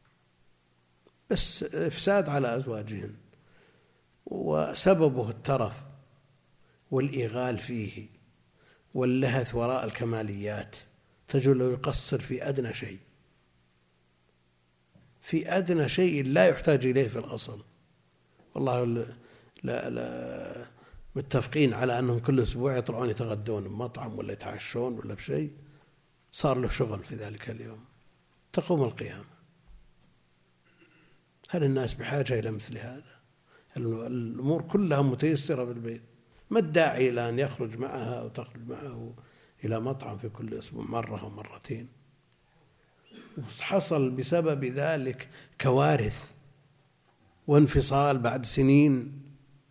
بس إفساد على أزواجهن، وسببه الترف والإغال فيه واللهث وراء الكماليات. تجد له يقصر في أدنى شيء، في أدنى شيء لا يحتاج إليه في الأصل. والله لا لا متفقين على أنهم كل أسبوع يطلعون يتغدون بمطعم ولا يتعشون ولا بشيء، صار له شغل في ذلك اليوم. تقوم القيامة. هل الناس بحاجة إلى مثل هذا؟ الأمور كلها متيسرة بالبيت، ما الداعي إلى أن يخرج معها أو تخرج معه إلى مطعم في كل أسبوع مرة أو مرتين. حصل بسبب ذلك كوارث وانفصال بعد سنين.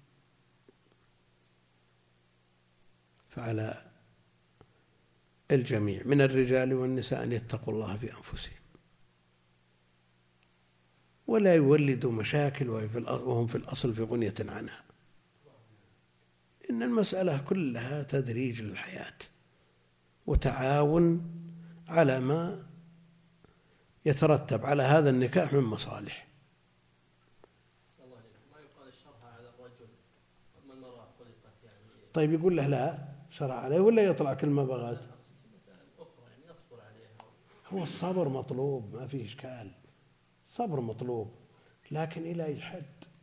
فعلى الجميع من الرجال والنساء أن يتقوا الله في أنفسهم ولا يولدوا مشاكل وهم في الأصل في غنية عنها. إن المسألة كلها تدريج للحياة وتعاون على ما يترتب على هذا النكاح من مصالح. ما يقال الشرع على الرجل أما المرأة خلقت يعني. طيب يقول له لا شرع عليه ولا يطلع كل ما بغت؟ هو الصبر مطلوب، ما فيه إشكال، صبر مطلوب، لكن إلى أي حد؟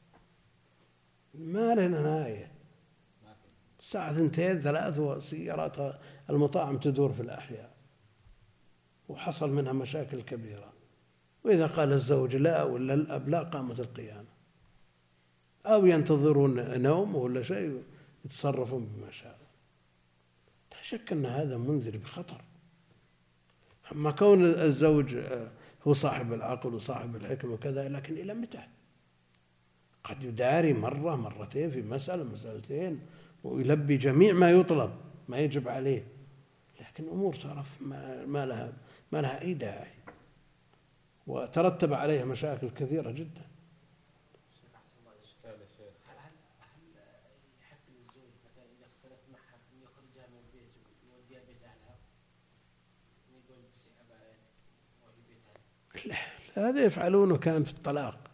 ما له نهاية. الساعة ثنتين ثلاث وسيارات المطاعم تدور في الأحياء وحصل منها مشاكل كبيرة، وإذا قال الزوج لا ولا الأب لا قامت القيامة، أو ينتظرون نوم ولا شيء يتصرفون بما شاء. لا شك أن هذا منذر بخطر. أما كون الزوج هو صاحب العقل وصاحب الحكمة وكذا، لكن إلى متى؟ قد يداري مرة مرتين في مسألة مسألتين ويلبي جميع ما يطلب ما يجب عليه، لكن أمور تعرف ما لها ما لها أي داعي وترتب عليها مشاكل كثيرة جدا. لا هذا يفعلونه كان في الطلاق،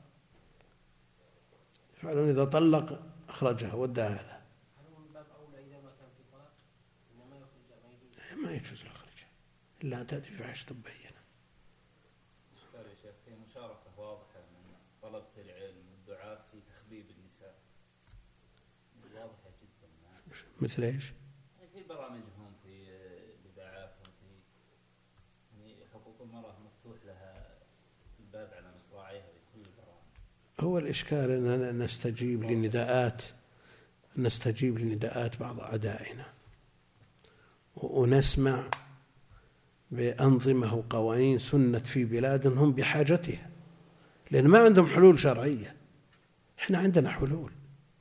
يفعلون إذا طلق أخرجها وداها له. ما يجوز الخرج إلا أن تأتي بفاحشة مبينة. أشكال يا شيخ في مشاركة واضحة من طلبة العلم والدعاة في تخبيب النساء، واضحة جدا. مثل إيش؟ في برامجهم في إذاعاتهم في يعني حقوق المرأة مفتوح لها الباب على مصراعيها بكل البرامج. هو الإشكال أننا نستجيب لنداءات نستجيب لنداءات بعض أعدائنا ونسمع بأنظمة وقوانين سنت في بلاد هم بحاجتها، لأن ما عندهم حلول شرعية. إحنا عندنا حلول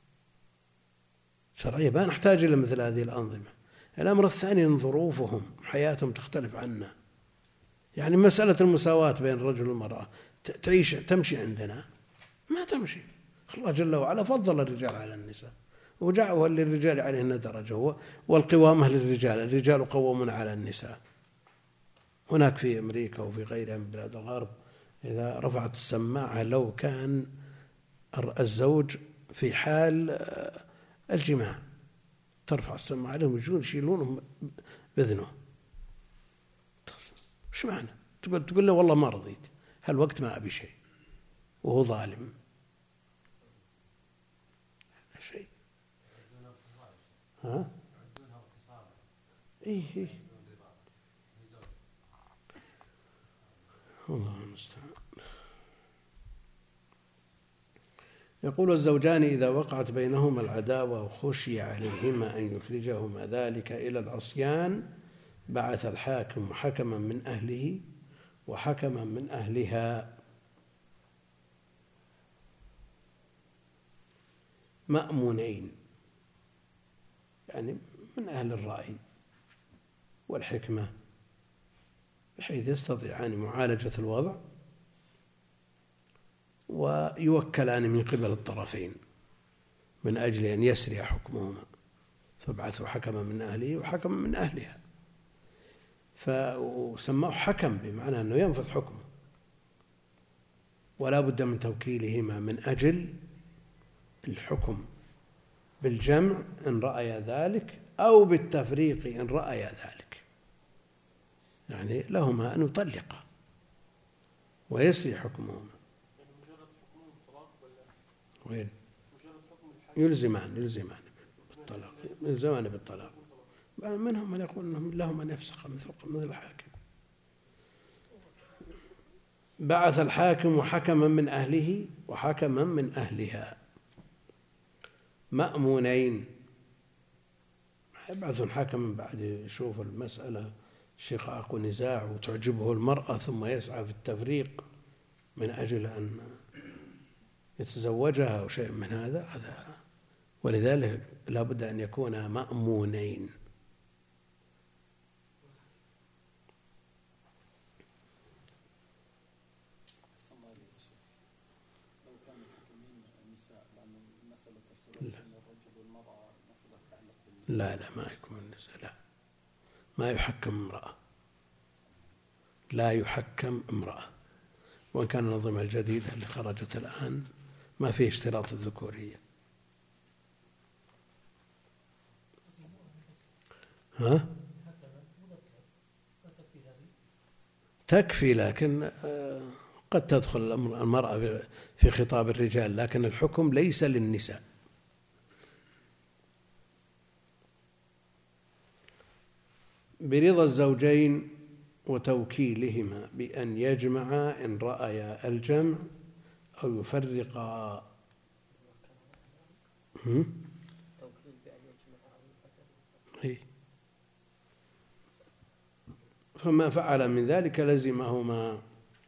شرعية، ما نحتاج إلى مثل هذه الأنظمة. الأمر الثاني أن ظروفهم حياتهم تختلف عنا. يعني مسألة المساواة بين الرجل والمرأة تعيش تمشي عندنا ما تمشي. الله جل وعلا فضل الرجال على النساء وجعل للرجال عليهن درجة، والقوامة للرجال، الرجال قوامون على النساء. هناك في أمريكا وفي غيرها من بلاد الغرب إذا رفعت السماعة لو كان الزوج في حال الجماع ترفع السماعة عليهم يجون يشيلونهم بإذنه. وش معنى؟ تقول تقول له والله ما رضيت، هالوقت ما أبي شيء وهو ظالم. شيء ها؟ إيه إيه الله المستعان. يقول الزوجان إذا وقعت بينهما العداوة وخشي عليهما أن يخرجهما ذلك إلى العصيان بعث الحاكم حكما من أهله وحكما من أهلها مأمونين، يعني من أهل الرأي والحكمة بحيث يستطيعان معالجة الوضع ويوكلان من قبل الطرفين من أجل أن يسري حكمهما، فابعثوا حكما من أهله وحكما من أهلها. فسماه حكم بمعنى أنه ينفذ حكمه، ولا بد من توكيلهما من أجل الحكم بالجمع إن رأي ذلك أو بالتفريق إن رأي ذلك. يعني لهما أن يطلقا ويسري حكمهما. وين؟ يلزمان يلزمان بالطلاق، يلزمان بالطلاق. منهم من يقول أنهم لهم أن يفسخ مثل مثل الحاكم. بعث الحاكم حكما من أهله وحكما من أهلها. مأمونين، يبعثون حكم بعد يشوف المسألة شقاق ونزاع وتعجبه المرأة ثم يسعى في التفريق من أجل أن يتزوجها أو شيء من هذا هذا ولذلك لا بد أن يكون مأمونين. لو كان الحكمين النساء لأن مسألة الخلاف بين الرجل والمرأة مسألة تتعلق بالنساء. لا لا ما يكون النساء، لا ما يحكم امرأة، لا يحكم امرأة، وإن كان النظام الجديدة اللي خرجت الآن ما فيه اشتراط الذكورية. ها؟ تكفي، لكن قد تدخل المرأة في خطاب الرجال، لكن الحكم ليس للنساء. برضا الزوجين وتوكيلهما بأن يجمعا إن رأيا الجمع أو يفرقا. فما فعل من ذلك لزمهما.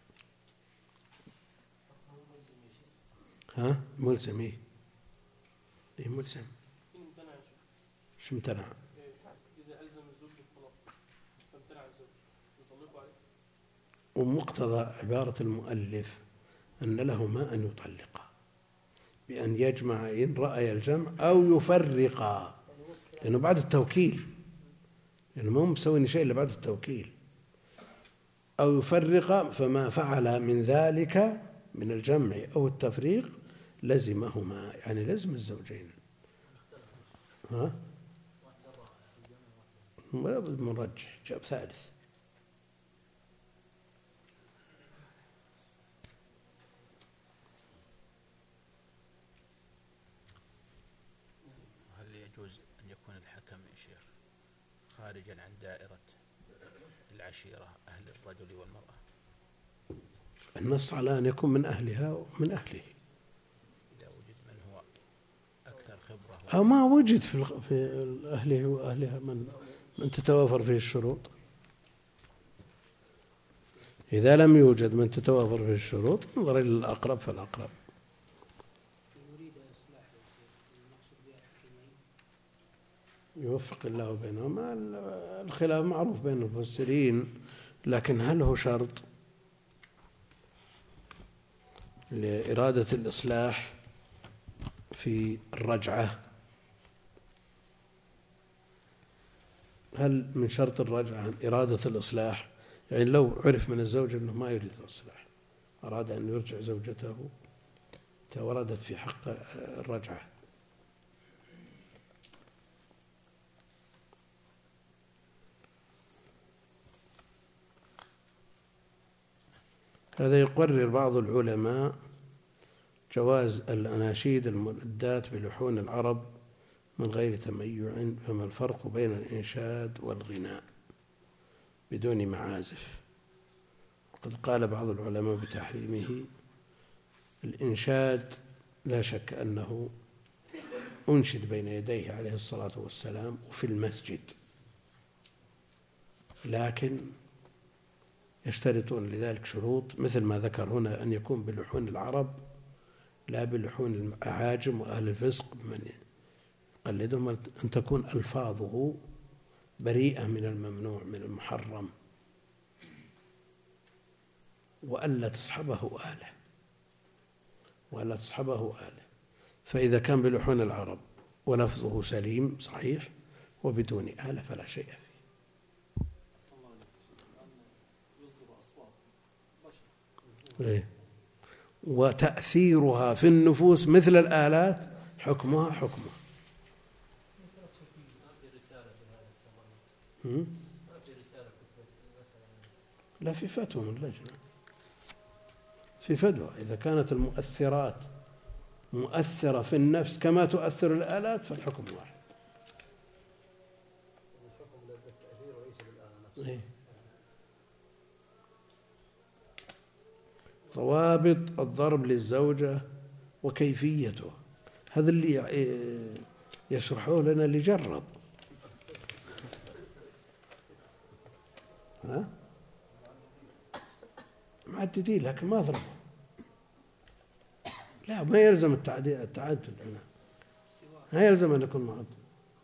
ها ملزم ايه ايه ملزم شو امتنع؟ إذا ألزم الزوج بالطلاق فامتنع الزوج يطلقه عليه. ومقتضى عبارة المؤلف أن لهما أن يطلقا بأن يجمع إن رأي الجمع أو يفرقا، لأنه بعد التوكيل، لأنه ما مسوين شيء إلا بعد التوكيل. أو يفرقا، فما فعل من ذلك من الجمع أو التفريق لزمهما، يعني لزم الزوجين. ها؟ ولا بد من رجح، جاب ثالث. هل يجوز أن يكون الحكم يا شيخ خارجا عن دائرة العشيرة أهل الرجل والمرأة؟ النص على أن يكون من أهلها ومن أهله. إذا وجد من هو أكثر خبرة أو ما وجد في في أهله وأهلها من من تتوافر فيه الشروط. إذا لم يوجد من تتوافر فيه الشروط انظر إلى الأقرب فالأقرب. يوفق الله بينهما. الخلاف معروف بين المفسرين، لكن هل هو شرط لإرادة الإصلاح في الرجعة؟ هل من شرط الرجعة إرادة الإصلاح؟ يعني لو عرف من الزوج أنه ما يريد الإصلاح، أراد أن يرجع زوجته، توردت في حق الرجعة، هذا يقرر بعض العلماء جواز الأناشيد المؤدات بلحون العرب من غير تميع. فما الفرق بين الإنشاد والغناء بدون معازف؟ وقد قال بعض العلماء بتحريمه. الإنشاد لا شك أنه أنشد بين يديه عليه الصلاة والسلام وفي المسجد، لكن يشترطون لذلك شروط مثل ما ذكر هنا، أن يكون بلحون العرب لا بلحون الأعاجم وأهل الفسق من يقلدهم، أن تكون ألفاظه بريئة من الممنوع من المحرم، وألا تصحبه آلة وألا تصحبه آلة. فإذا كان بلحون العرب ولفظه سليم صحيح وبدون آلة فلا شيء فيه. إيه؟ وتأثيرها في النفوس مثل الآلات حكمها حكمها. لا، في فتوى من اللجنة، في فتوى إذا كانت المؤثرات مؤثرة في النفس كما تؤثر الآلات فالحكم واحد. إيه؟ ضوابط الضرب للزوجة وكيفيته. هذا اللي يشرحوه لنا اللي جرب. ها معددين لكن ما ضربوا. لا ما يلزم التعدد هنا، ما يلزم أن يكون معدد.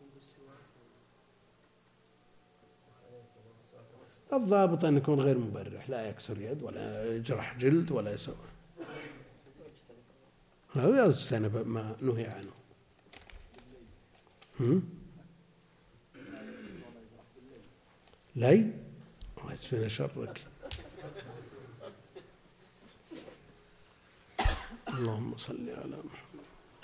الضابط أن يكون غير مبرح، لا يكسر يد ولا يجرح جلد ولا يسوي. هذا يجتنب ما نهي عنه. هم؟ لي الله يكفينا شرك. اللهم صل على محمد.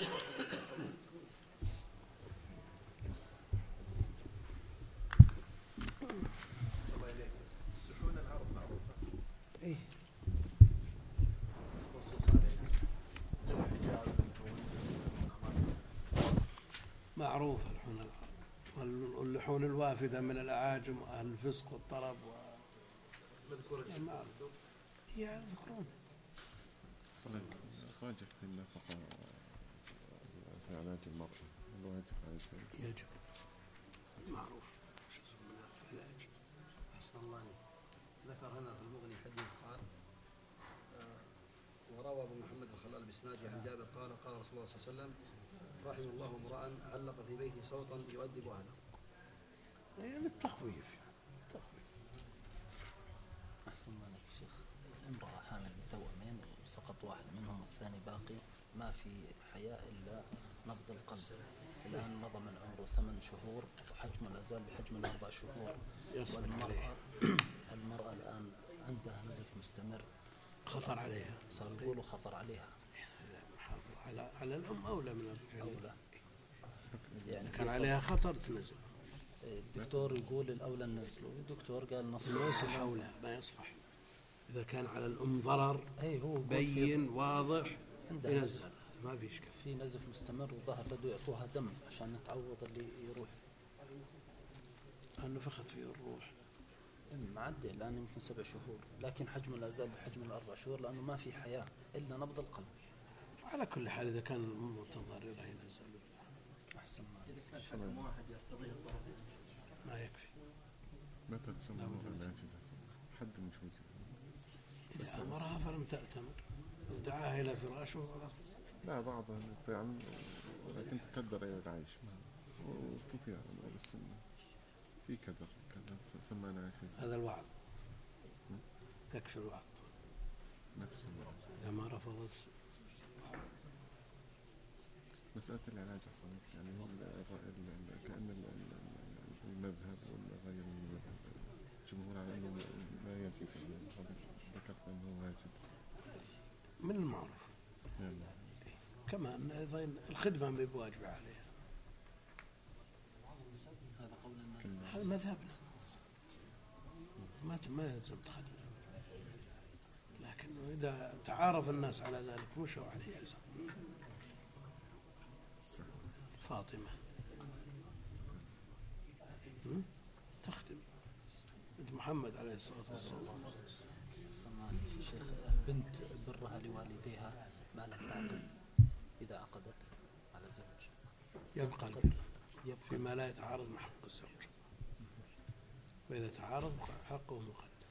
إيه؟ معروفة لحون العرب، واللحون الوافدة من الأعاجم وأهل الفسق والطرب و... يذكرون راجع في النفقة في علاج المرأة الواجب يجب معروف شو اسمه العلاج. أحسن الله عليك. ذكر هنا في المغني حديث قال وروى أبو محمد الخلال بإسناده عن جابر قال قال رسول الله صلى الله عليه وسلم رحم الله امرأ علق في بيته صوتا يؤدب أهله. يعني للتخويف. التخويف. أحسن الله عليك شيخ. امرأة حامل بتوأمين وسقط واحد منهم الثاني باقي، ما في حياة إلا نبض القلب. الآن مضى من عمره ثمان شهور وحجمه لا زال بحجم أربع شهور. والمرأة المرأة الآن عندها نزف مستمر. خطر عليها. صار يقولوا خطر عليها. على على الأم أولى من الرجال. أولى. يعني كان عليها خطر تنزل. الدكتور يقول الأولى ننزله، الدكتور قال نصل. ما يصلح أولى، ما يصلح. إذا كان على الأم ضرر أي هو بين واضح ينزل، ما في إشكال. في نزف مستمر وظهر بده يعطوها دم عشان نتعوض اللي يروح. نفخت فيه الروح. معدي الآن يمكن سبع شهور، لكن حجمه لا زال بحجم الأربع شهور لأنه ما في حياة إلا نبض القلب. على كل حال إذا كان متضرر ينزل. أحسن ما ما يكفي. متى تسمى العاجزة؟ حد نجوزي. إذا أمرها فلم تأتمر ودعاها إلى فراشه. لا بعضها يعني لكن تقدر إلى العيش وتطيع بس في كدر كذا سمانا عاجزة. هذا الوعظ يكفي الوعظ. نفس الوعظ. إذا ما رفضت مسألة العلاج أصلا يعني كأن المذهب والغير المذهب الجمهور على أنه لا يجب، ذكرت أنه واجب من المعروف. يعني. كما أن أيضا الخدمة ما بواجب عليها. هذا قول هذا مذهبنا، ما ما يلزم تخدم، لكن إذا تعارف الناس على ذلك مشوا عليه يلزم. فاطمة تخدم بنت محمد عليه الصلاة والسلام. سمعني شيخ، بنت برها لوالديها ما لها تعقد إذا عقدت على زوج يبقى البر فيما لا يتعارض مع حق الزوج، وإذا تعارض حقه مقدم.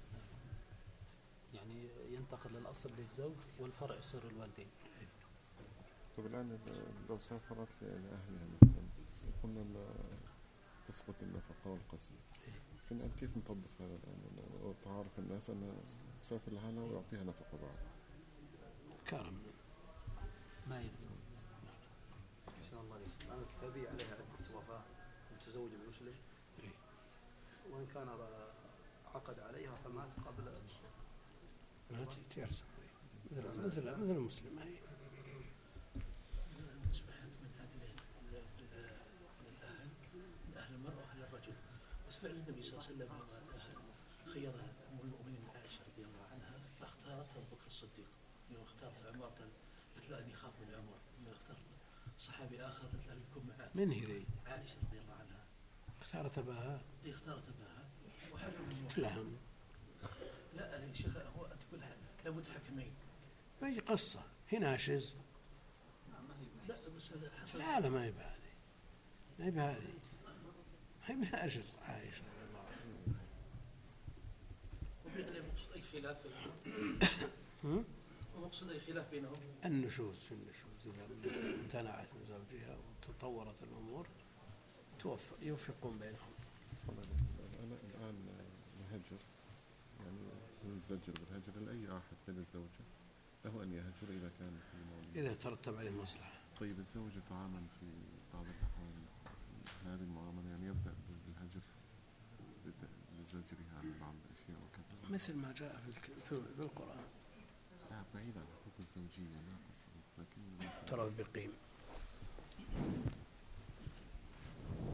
يعني ينتقل الأصل للزوج والفرع يصير الوالدين. طيب الآن لو سافرت لأهلها مثلا قلنا تسقط النفقة والقسم، لكن كيف نطبق هذا الآن؟ تعارف الناس أن تسافر لها ويعطيها نفقة بعض كرم ما يلزم. إن شاء الله عليك. أنا كتابي عليها عدة وفاة متزوجة بمسلم، وإن كان عقد عليها فمات قبل ما تيرسم مثل مثل مثل المسلم. هي فعل النبي صلى الله عليه وسلم خيرها أم المؤمنين عائشة رضي الله عنها فاختارتها أبو بكر الصديق. يوم اختارت عمر قالت له أني خاف من عمر. يوم اختارت صحابي آخر قالت له بكون معك. من هي ذي؟ عائشة رضي الله عنها. اختارت أباها؟ هي اختارت أباها. لهم. لا يا شيخ هو أنت كلها لابد حكمين. ما هي قصة هنا شز. لا بس هذا حسب لا لا ما هي بهذه، ما هي بهذه، ما هي بناشط عائشة رضي الله عنها. وبيعني مقصود أي خلاف بينهم؟ ومقصود أي خلاف بينهم؟ النشوز في النشوز، إذا امتنعت من زوجها وتطورت الأمور توفق يوفقون بينهم. صلى الله الآن الهجر يعني الزجر بالهجر لأي أحد من الزوجة له أن يهجر إذا كان في موضوع إذا ترتب عليه مصلحة. طيب الزوجة تعامل في بعض الأحوال هذه المعاملة يعني يبدأ بالهجر لزجرها عن بعض الأشياء وكذا مثل ما جاء في الك- في في القرآن. لا بعيد عن حقوق الزوجية ما قصدت لكن ترى بقيم